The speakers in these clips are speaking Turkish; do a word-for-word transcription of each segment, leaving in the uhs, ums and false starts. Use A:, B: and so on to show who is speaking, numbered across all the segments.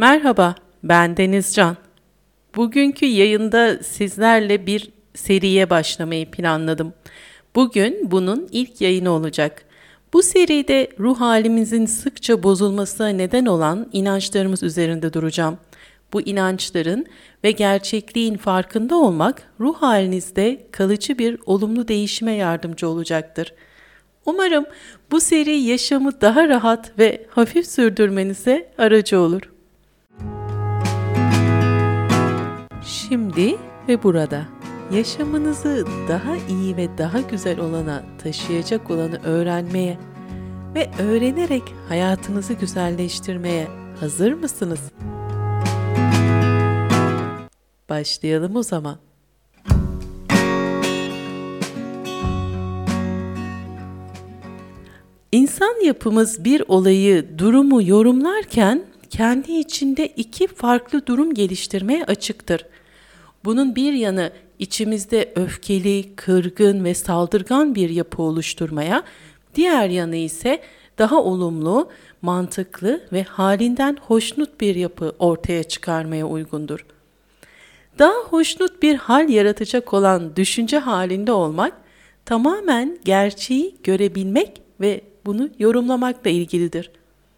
A: Merhaba, ben Denizcan. Bugünkü yayında sizlerle bir seriye başlamayı planladım. Bugün bunun ilk yayını olacak. Bu seride ruh halimizin sıkça bozulmasına neden olan inançlarımız üzerinde duracağım. Bu inançların ve gerçekliğin farkında olmak ruh halinizde kalıcı bir olumlu değişime yardımcı olacaktır. Umarım bu seri yaşamı daha rahat ve hafif sürdürmenize aracı olur. Şimdi ve burada yaşamınızı daha iyi ve daha güzel olana taşıyacak olanı öğrenmeye ve öğrenerek hayatınızı güzelleştirmeye hazır mısınız? Başlayalım o zaman. İnsan yapımız bir olayı, durumu yorumlarken kendi içinde iki farklı durum geliştirmeye açıktır. Bunun bir yanı içimizde öfkeli, kırgın ve saldırgan bir yapı oluşturmaya, diğer yanı ise daha olumlu, mantıklı ve halinden hoşnut bir yapı ortaya çıkarmaya uygundur. Daha hoşnut bir hal yaratacak olan düşünce halinde olmak, tamamen gerçeği görebilmek ve bunu yorumlamakla ilgilidir.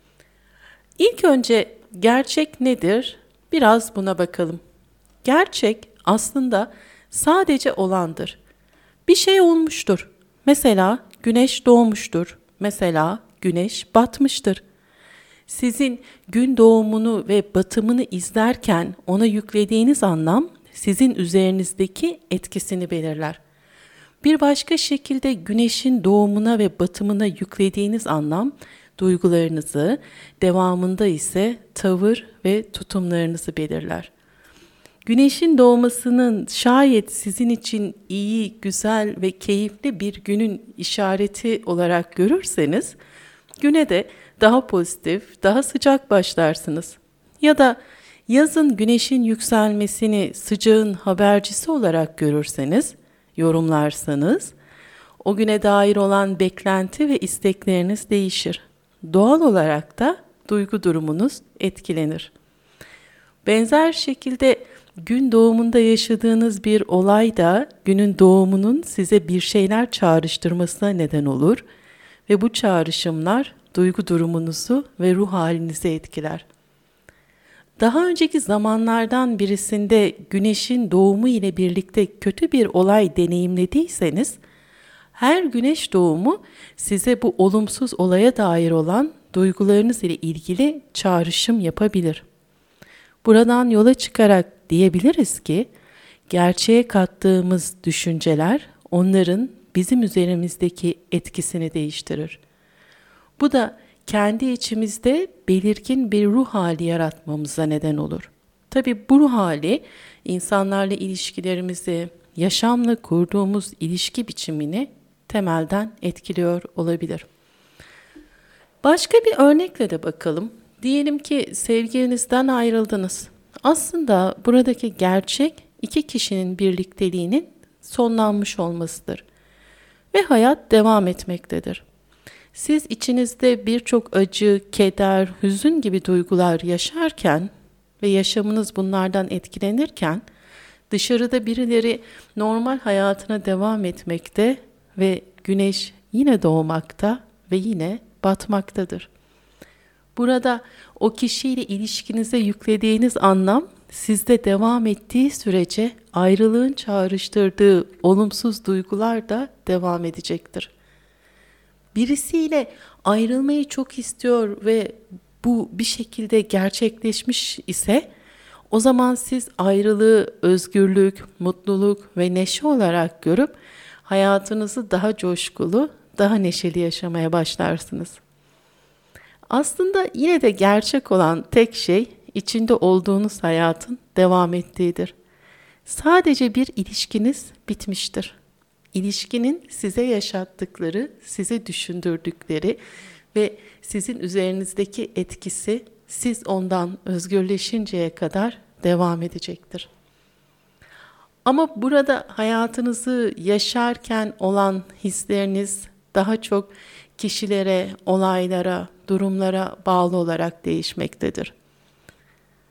A: İlk önce gerçek nedir? Biraz buna bakalım. Gerçek aslında sadece olandır. Bir şey olmuştur. Mesela güneş doğmuştur. Mesela güneş batmıştır. Sizin gün doğumunu ve batımını izlerken ona yüklediğiniz anlam sizin üzerinizdeki etkisini belirler. Bir başka şekilde güneşin doğumuna ve batımına yüklediğiniz anlam duygularınızı, devamında ise tavır ve tutumlarınızı belirler. Güneşin doğmasının şayet sizin için iyi, güzel ve keyifli bir günün işareti olarak görürseniz, güne de daha pozitif, daha sıcak başlarsınız. Ya da yazın güneşin yükselmesini sıcağın habercisi olarak görürseniz, yorumlarsanız, o güne dair olan beklenti ve istekleriniz değişir. Doğal olarak da duygu durumunuz etkilenir. Benzer şekilde gün doğumunda yaşadığınız bir olay da günün doğumunun size bir şeyler çağrıştırmasına neden olur ve bu çağrışımlar duygu durumunuzu ve ruh halinizi etkiler. Daha önceki zamanlardan birisinde güneşin doğumu ile birlikte kötü bir olay deneyimlediyseniz, her güneş doğumu size bu olumsuz olaya dair olan duygularınız ile ilgili çağrışım yapabilir. Buradan yola çıkarak diyebiliriz ki, gerçeğe kattığımız düşünceler onların bizim üzerimizdeki etkisini değiştirir. Bu da kendi içimizde belirgin bir ruh hali yaratmamıza neden olur. Tabii bu ruh hali insanlarla ilişkilerimizi, yaşamla kurduğumuz ilişki biçimini temelden etkiliyor olabilir. Başka bir örnekle de bakalım. Diyelim ki sevgilinizden ayrıldınız. Aslında buradaki gerçek iki kişinin birlikteliğinin sonlanmış olmasıdır. Ve hayat devam etmektedir. Siz içinizde birçok acı, keder, hüzün gibi duygular yaşarken ve yaşamınız bunlardan etkilenirken, dışarıda birileri normal hayatına devam etmekte ve güneş yine doğmakta ve yine batmaktadır. Burada o kişiyle ilişkinize yüklediğiniz anlam sizde devam ettiği sürece ayrılığın çağrıştırdığı olumsuz duygular da devam edecektir. Birisiyle ayrılmayı çok istiyor ve bu bir şekilde gerçekleşmiş ise o zaman siz ayrılığı özgürlük, mutluluk ve neşe olarak görüp hayatınızı daha coşkulu, daha neşeli yaşamaya başlarsınız. Aslında yine de gerçek olan tek şey içinde olduğunuz hayatın devam ettiğidir. Sadece bir ilişkiniz bitmiştir. İlişkinin size yaşattıkları, size düşündürdükleri ve sizin üzerinizdeki etkisi siz ondan özgürleşinceye kadar devam edecektir. Ama burada hayatınızı yaşarken olan hisleriniz daha çok kişilere, olaylara, durumlara bağlı olarak değişmektedir.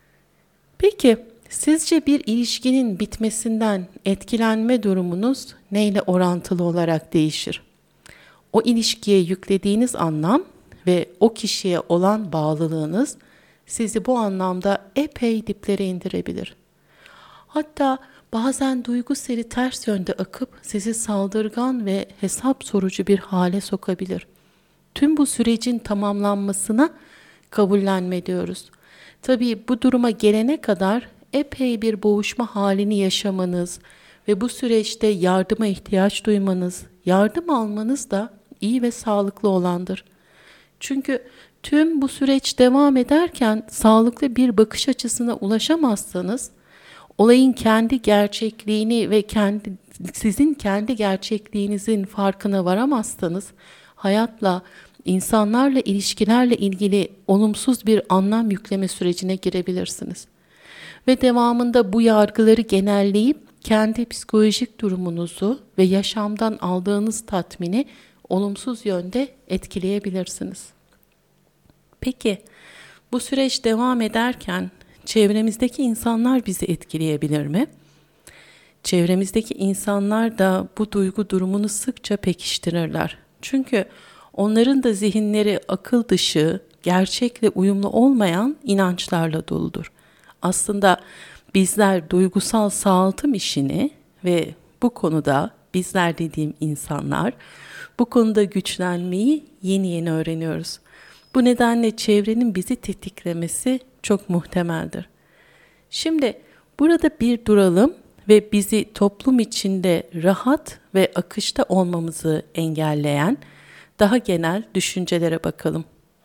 A: Peki, sizce bir ilişkinin bitmesinden etkilenme durumunuz neyle orantılı olarak değişir? O ilişkiye yüklediğiniz anlam ve o kişiye olan bağlılığınız sizi bu anlamda epey diplere indirebilir. Hatta bazen duygu seri ters yönde akıp sizi saldırgan ve hesap sorucu bir hale sokabilir. Tüm bu sürecin tamamlanmasına kabullenme diyoruz. Tabii bu duruma gelene kadar epey bir boğuşma halini yaşamanız ve bu süreçte yardıma ihtiyaç duymanız, yardım almanız da iyi ve sağlıklı olandır. Çünkü tüm bu süreç devam ederken sağlıklı bir bakış açısına ulaşamazsanız, olayın kendi gerçekliğini ve kendi, sizin kendi gerçekliğinizin farkına varamazsanız, hayatla, insanlarla, ilişkilerle ilgili olumsuz bir anlam yükleme sürecine girebilirsiniz. Ve devamında bu yargıları genelleyip kendi psikolojik durumunuzu ve yaşamdan aldığınız tatmini olumsuz yönde etkileyebilirsiniz. Peki, bu süreç devam ederken çevremizdeki insanlar bizi etkileyebilir mi? Çevremizdeki insanlar da bu duygu durumunu sıkça pekiştirirler. Çünkü onların da zihinleri akıl dışı, gerçekle uyumlu olmayan inançlarla doludur. Aslında bizler duygusal sağaltım işini ve bu konuda bizler dediğim insanlar bu konuda güçlenmeyi yeni yeni öğreniyoruz. Bu nedenle çevrenin bizi tetiklemesi çok muhtemeldir. Şimdi burada bir duralım ve bizi toplum içinde rahat ve akışta olmamızı engelleyen daha genel düşüncelere bakalım.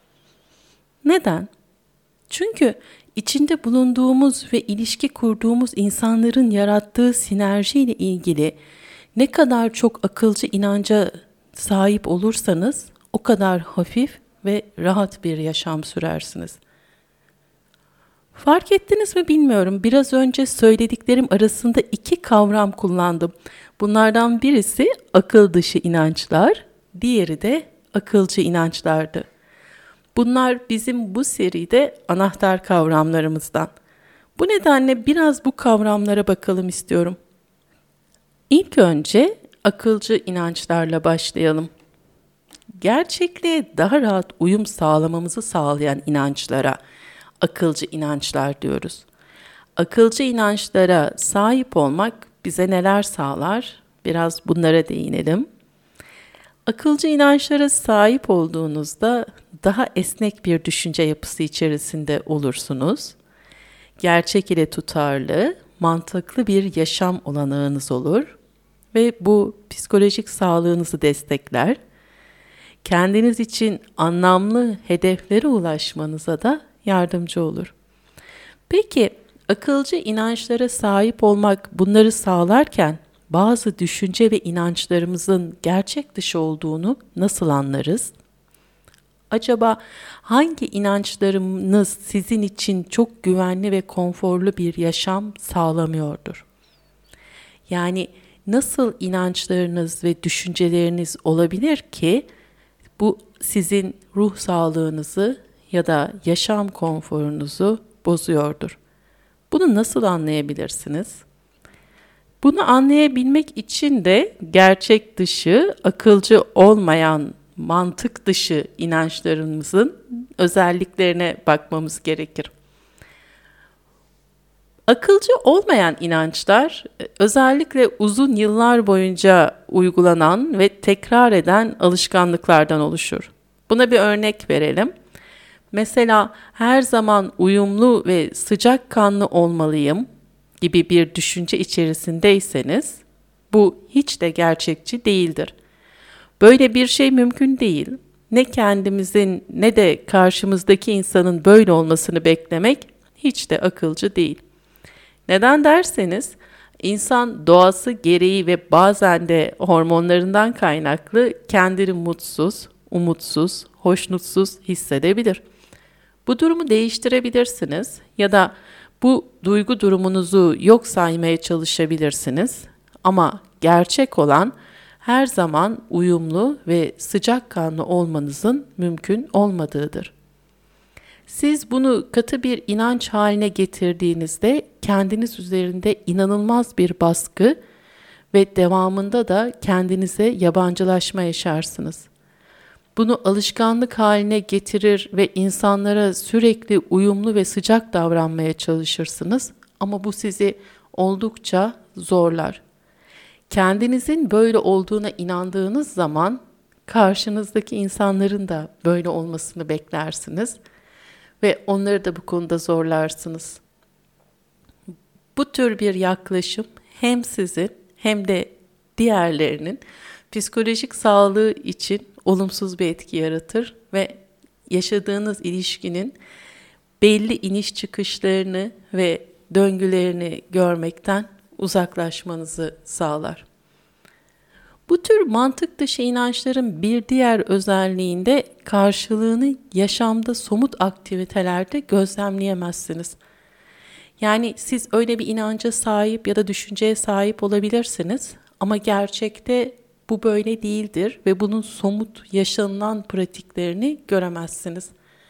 A: Neden? Çünkü içinde bulunduğumuz ve ilişki kurduğumuz insanların yarattığı sinerjiyle ilgili ne kadar çok akılcı inanca sahip olursanız o kadar hafif ve rahat bir yaşam sürersiniz. Fark ettiniz mi bilmiyorum. Biraz önce söylediklerim arasında iki kavram kullandım. Bunlardan birisi akıl dışı inançlar, diğeri de akılcı inançlardı. Bunlar bizim bu seride anahtar kavramlarımızdan. Bu nedenle biraz bu kavramlara bakalım istiyorum. İlk önce akılcı inançlarla başlayalım. Gerçekliğe daha rahat uyum sağlamamızı sağlayan inançlara akılcı inançlar diyoruz. Akılcı inançlara sahip olmak bize neler sağlar? Biraz bunlara değinelim. Akılcı inançlara sahip olduğunuzda daha esnek bir düşünce yapısı içerisinde olursunuz. Gerçek ile tutarlı, mantıklı bir yaşam olanağınız olur ve bu psikolojik sağlığınızı destekler. Kendiniz için anlamlı hedeflere ulaşmanıza da yardımcı olur. Peki, akılcı inançlara sahip olmak bunları sağlarken bazı düşünce ve inançlarımızın gerçek dışı olduğunu nasıl anlarız? Acaba hangi inançlarınız sizin için çok güvenli ve konforlu bir yaşam sağlamıyordur? Yani nasıl inançlarınız ve düşünceleriniz olabilir ki bu sizin ruh sağlığınızı ya da yaşam konforunuzu bozuyordur? Bunu nasıl anlayabilirsiniz? Bunu anlayabilmek için de gerçek dışı, akılcı olmayan, mantık dışı inançlarımızın özelliklerine bakmamız gerekir. Akılcı olmayan inançlar özellikle uzun yıllar boyunca uygulanan ve tekrar eden alışkanlıklardan oluşur. Buna bir örnek verelim. Mesela her zaman uyumlu ve sıcakkanlı olmalıyım gibi bir düşünce içerisindeyseniz bu hiç de gerçekçi değildir. Böyle bir şey mümkün değil. Ne kendimizin ne de karşımızdaki insanın böyle olmasını beklemek hiç de akılcı değil. Neden derseniz, insan doğası gereği ve bazen de hormonlarından kaynaklı kendini mutsuz, umutsuz, hoşnutsuz hissedebilir. Bu durumu değiştirebilirsiniz ya da bu duygu durumunuzu yok saymaya çalışabilirsiniz. Ama gerçek olan her zaman uyumlu ve sıcakkanlı olmanızın mümkün olmadığıdır. Siz bunu katı bir inanç haline getirdiğinizde kendiniz üzerinde inanılmaz bir baskı ve devamında da kendinize yabancılaşma yaşarsınız. Bunu alışkanlık haline getirir ve insanlara sürekli uyumlu ve sıcak davranmaya çalışırsınız ama bu sizi oldukça zorlar. Kendinizin böyle olduğuna inandığınız zaman karşınızdaki insanların da böyle olmasını beklersiniz ve onları da bu konuda zorlarsınız. Bu tür bir yaklaşım hem sizin hem de diğerlerinin psikolojik sağlığı için olumsuz bir etki yaratır ve yaşadığınız ilişkinin belli iniş çıkışlarını ve döngülerini görmekten uzaklaşmanızı sağlar. Bu tür mantık dışı inançların bir diğer özelliğinde karşılığını yaşamda somut aktivitelerde gözlemleyemezsiniz. Yani siz öyle bir inanca sahip ya da düşünceye sahip olabilirsiniz ama gerçekte bu böyle değildir ve bunun somut yaşanılan pratiklerini göremezsiniz.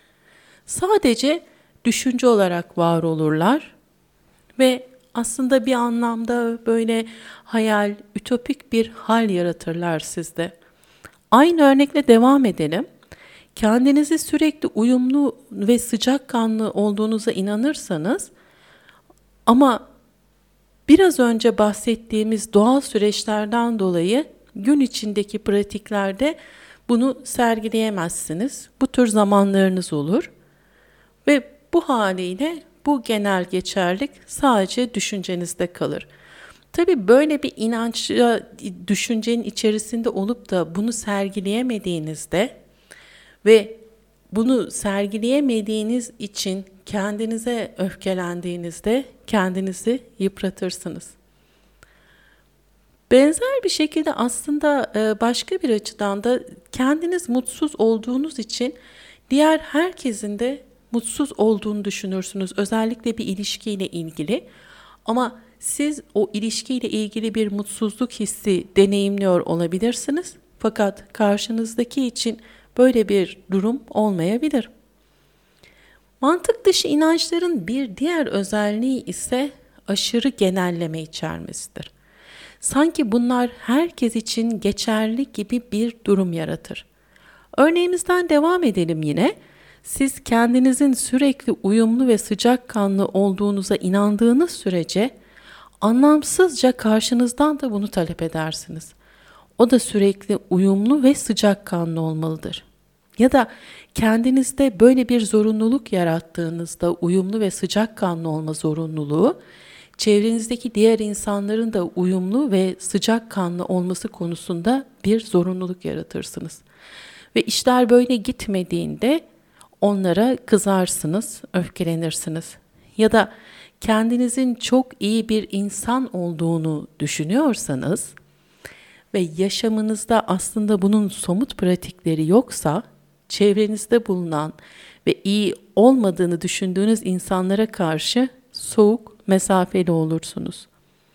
A: Sadece düşünce olarak var olurlar ve aslında bir anlamda böyle hayal, ütopik bir hal yaratırlar sizde. Aynı örnekle devam edelim. Kendinizi sürekli uyumlu ve sıcakkanlı olduğunuza inanırsanız ama biraz önce bahsettiğimiz doğal süreçlerden dolayı gün içindeki pratiklerde bunu sergileyemezsiniz. Bu tür zamanlarınız olur ve bu haliyle bu genel geçerlik sadece düşüncenizde kalır. Tabii böyle bir inançla düşüncenin içerisinde olup da bunu sergileyemediğinizde ve bunu sergileyemediğiniz için kendinize öfkelendiğinizde kendinizi yıpratırsınız. Benzer bir şekilde aslında başka bir açıdan da kendiniz mutsuz olduğunuz için diğer herkesin de mutsuz olduğunu düşünürsünüz. Özellikle bir ilişkiyle ilgili. Ama siz o ilişkiyle ilgili bir mutsuzluk hissi deneyimliyor olabilirsiniz. Fakat karşınızdaki için böyle bir durum olmayabilir. Mantık dışı inançların bir diğer özelliği ise aşırı genelleme içermesidir. Sanki bunlar herkes için geçerli gibi bir durum yaratır. Örneğimizden devam edelim yine. Siz kendinizin sürekli uyumlu ve sıcakkanlı olduğunuza inandığınız sürece anlamsızca karşınızdan da bunu talep edersiniz. O da sürekli uyumlu ve sıcakkanlı olmalıdır. Ya da kendinizde böyle bir zorunluluk yarattığınızda uyumlu ve sıcakkanlı olma zorunluluğu, çevrenizdeki diğer insanların da uyumlu ve sıcakkanlı olması konusunda bir zorunluluk yaratırsınız. Ve işler böyle gitmediğinde onlara kızarsınız, öfkelenirsiniz. Ya da kendinizin çok iyi bir insan olduğunu düşünüyorsanız ve yaşamınızda aslında bunun somut pratikleri yoksa, çevrenizde bulunan ve iyi olmadığını düşündüğünüz insanlara karşı soğuk, mesafeli olursunuz.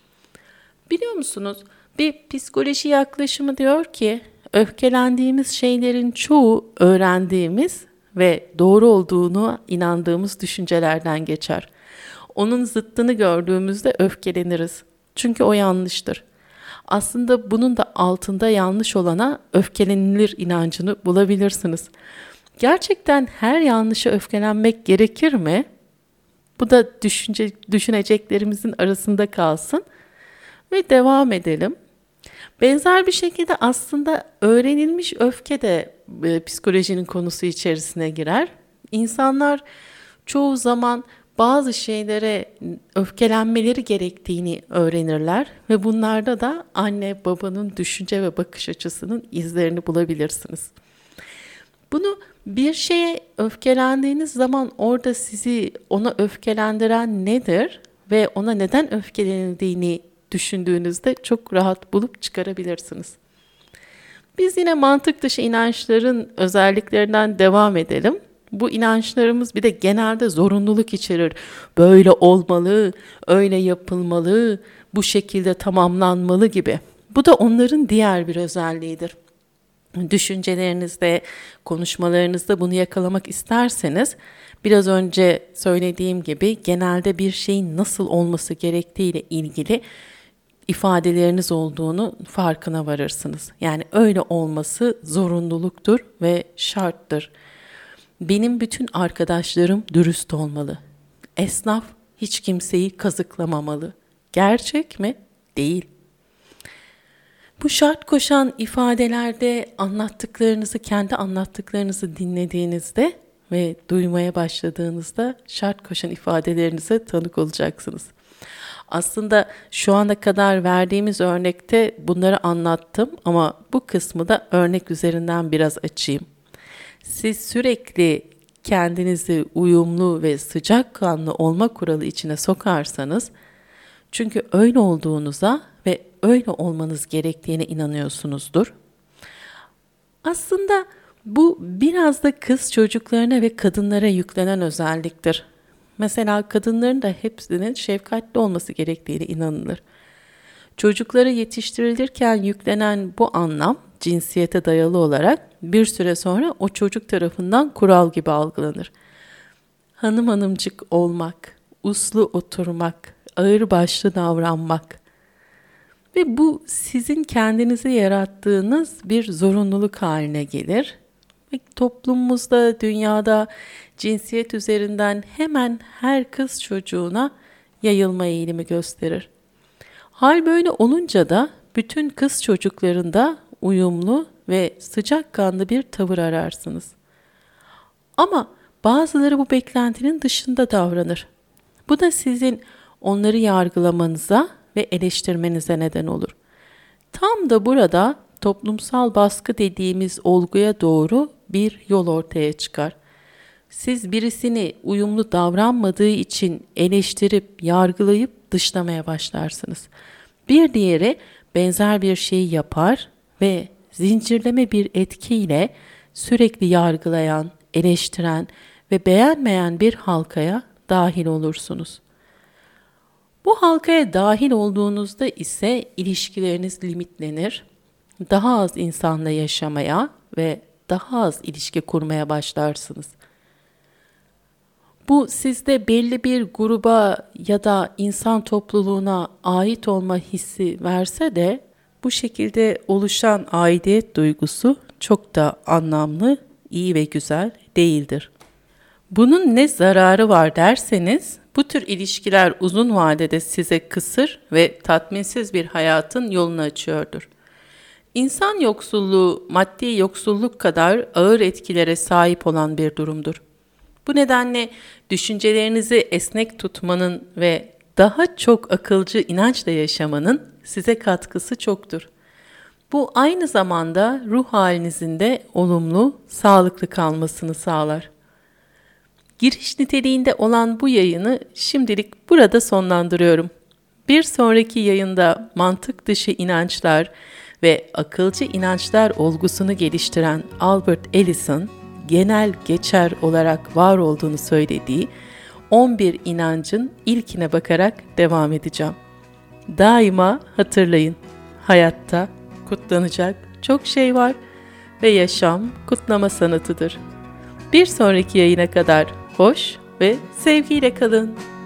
A: Biliyor musunuz? Bir psikoloji yaklaşımı diyor ki, öfkelendiğimiz şeylerin çoğu öğrendiğimiz ve doğru olduğunu inandığımız düşüncelerden geçer. Onun zıttını gördüğümüzde öfkeleniriz. Çünkü o yanlıştır. Aslında bunun da altında yanlış olana öfkelenilir inancını bulabilirsiniz. Gerçekten her yanlışa öfkelenmek gerekir mi? Bu da düşünce, düşüneceklerimizin arasında kalsın ve devam edelim. Benzer bir şekilde aslında öğrenilmiş öfke de e, psikolojinin konusu içerisine girer. İnsanlar çoğu zaman bazı şeylere öfkelenmeleri gerektiğini öğrenirler ve bunlarda da anne babanın düşünce ve bakış açısının izlerini bulabilirsiniz. Bunu bir şeye öfkelendiğiniz zaman orada sizi ona öfkelendiren nedir ve ona neden öfkelenildiğini düşündüğünüzde çok rahat bulup çıkarabilirsiniz. Biz yine mantık dışı inançların özelliklerinden devam edelim. Bu inançlarımız bir de genelde zorunluluk içerir. Böyle olmalı, öyle yapılmalı, bu şekilde tamamlanmalı gibi. Bu da onların diğer bir özelliğidir. Düşüncelerinizde, konuşmalarınızda bunu yakalamak isterseniz, biraz önce söylediğim gibi genelde bir şeyin nasıl olması gerektiği ile ilgili ifadeleriniz olduğunu farkına varırsınız. Yani öyle olması zorunluluktur ve şarttır. Benim bütün arkadaşlarım dürüst olmalı. Esnaf hiç kimseyi kazıklamamalı. Gerçek mi? Değil. Bu şart koşan ifadelerde anlattıklarınızı, kendi anlattıklarınızı dinlediğinizde ve duymaya başladığınızda şart koşan ifadelerinize tanık olacaksınız. Aslında şu ana kadar verdiğimiz örnekte bunları anlattım ama bu kısmı da örnek üzerinden biraz açayım. Siz sürekli kendinizi uyumlu ve sıcakkanlı olma kuralı içine sokarsanız, çünkü öyle olduğunuza ve öyle olmanız gerektiğine inanıyorsunuzdur. Aslında bu biraz da kız çocuklarına ve kadınlara yüklenen özelliktir. Mesela kadınların da hepsinin şefkatli olması gerektiğine inanılır. Çocuklara yetiştirilirken yüklenen bu anlam cinsiyete dayalı olarak bir süre sonra o çocuk tarafından kural gibi algılanır. Hanım hanımcık olmak, uslu oturmak, ağırbaşlı davranmak ve bu sizin kendinize yarattığınız bir zorunluluk haline gelir. Ve toplumumuzda, dünyada cinsiyet üzerinden hemen her kız çocuğuna yayılma eğilimi gösterir. Hal böyle olunca da bütün kız çocuklarında uyumlu ve sıcakkanlı bir tavır ararsınız. Ama bazıları bu beklentinin dışında davranır. Bu da sizin onları yargılamanıza ve eleştirmenize neden olur. Tam da burada toplumsal baskı dediğimiz olguya doğru bir yol ortaya çıkar. Siz birisini uyumlu davranmadığı için eleştirip, yargılayıp dışlamaya başlarsınız. Bir diğeri benzer bir şeyi yapar ve zincirleme bir etkiyle sürekli yargılayan, eleştiren ve beğenmeyen bir halkaya dahil olursunuz. Bu halkaya dahil olduğunuzda ise ilişkileriniz limitlenir, daha az insanla yaşamaya ve daha az ilişki kurmaya başlarsınız. Bu sizde belli bir gruba ya da insan topluluğuna ait olma hissi verse de bu şekilde oluşan aidiyet duygusu çok da anlamlı, iyi ve güzel değildir. Bunun ne zararı var derseniz, bu tür ilişkiler uzun vadede size kısır ve tatminsiz bir hayatın yolunu açıyordur. İnsan yoksulluğu, maddi yoksulluk kadar ağır etkilere sahip olan bir durumdur. Bu nedenle düşüncelerinizi esnek tutmanın ve daha çok akılcı inançla yaşamanın size katkısı çoktur. Bu aynı zamanda ruh halinizin de olumlu, sağlıklı kalmasını sağlar. Giriş niteliğinde olan bu yayını şimdilik burada sonlandırıyorum. Bir sonraki yayında mantık dışı inançlar ve akılcı inançlar olgusunu geliştiren Albert Ellis'in genel geçer olarak var olduğunu söylediği on bir inancın ilkine bakarak devam edeceğim. Daima hatırlayın, hayatta kutlanacak çok şey var ve yaşam kutlama sanatıdır. Bir sonraki yayına kadar hoş ve sevgiyle kalın.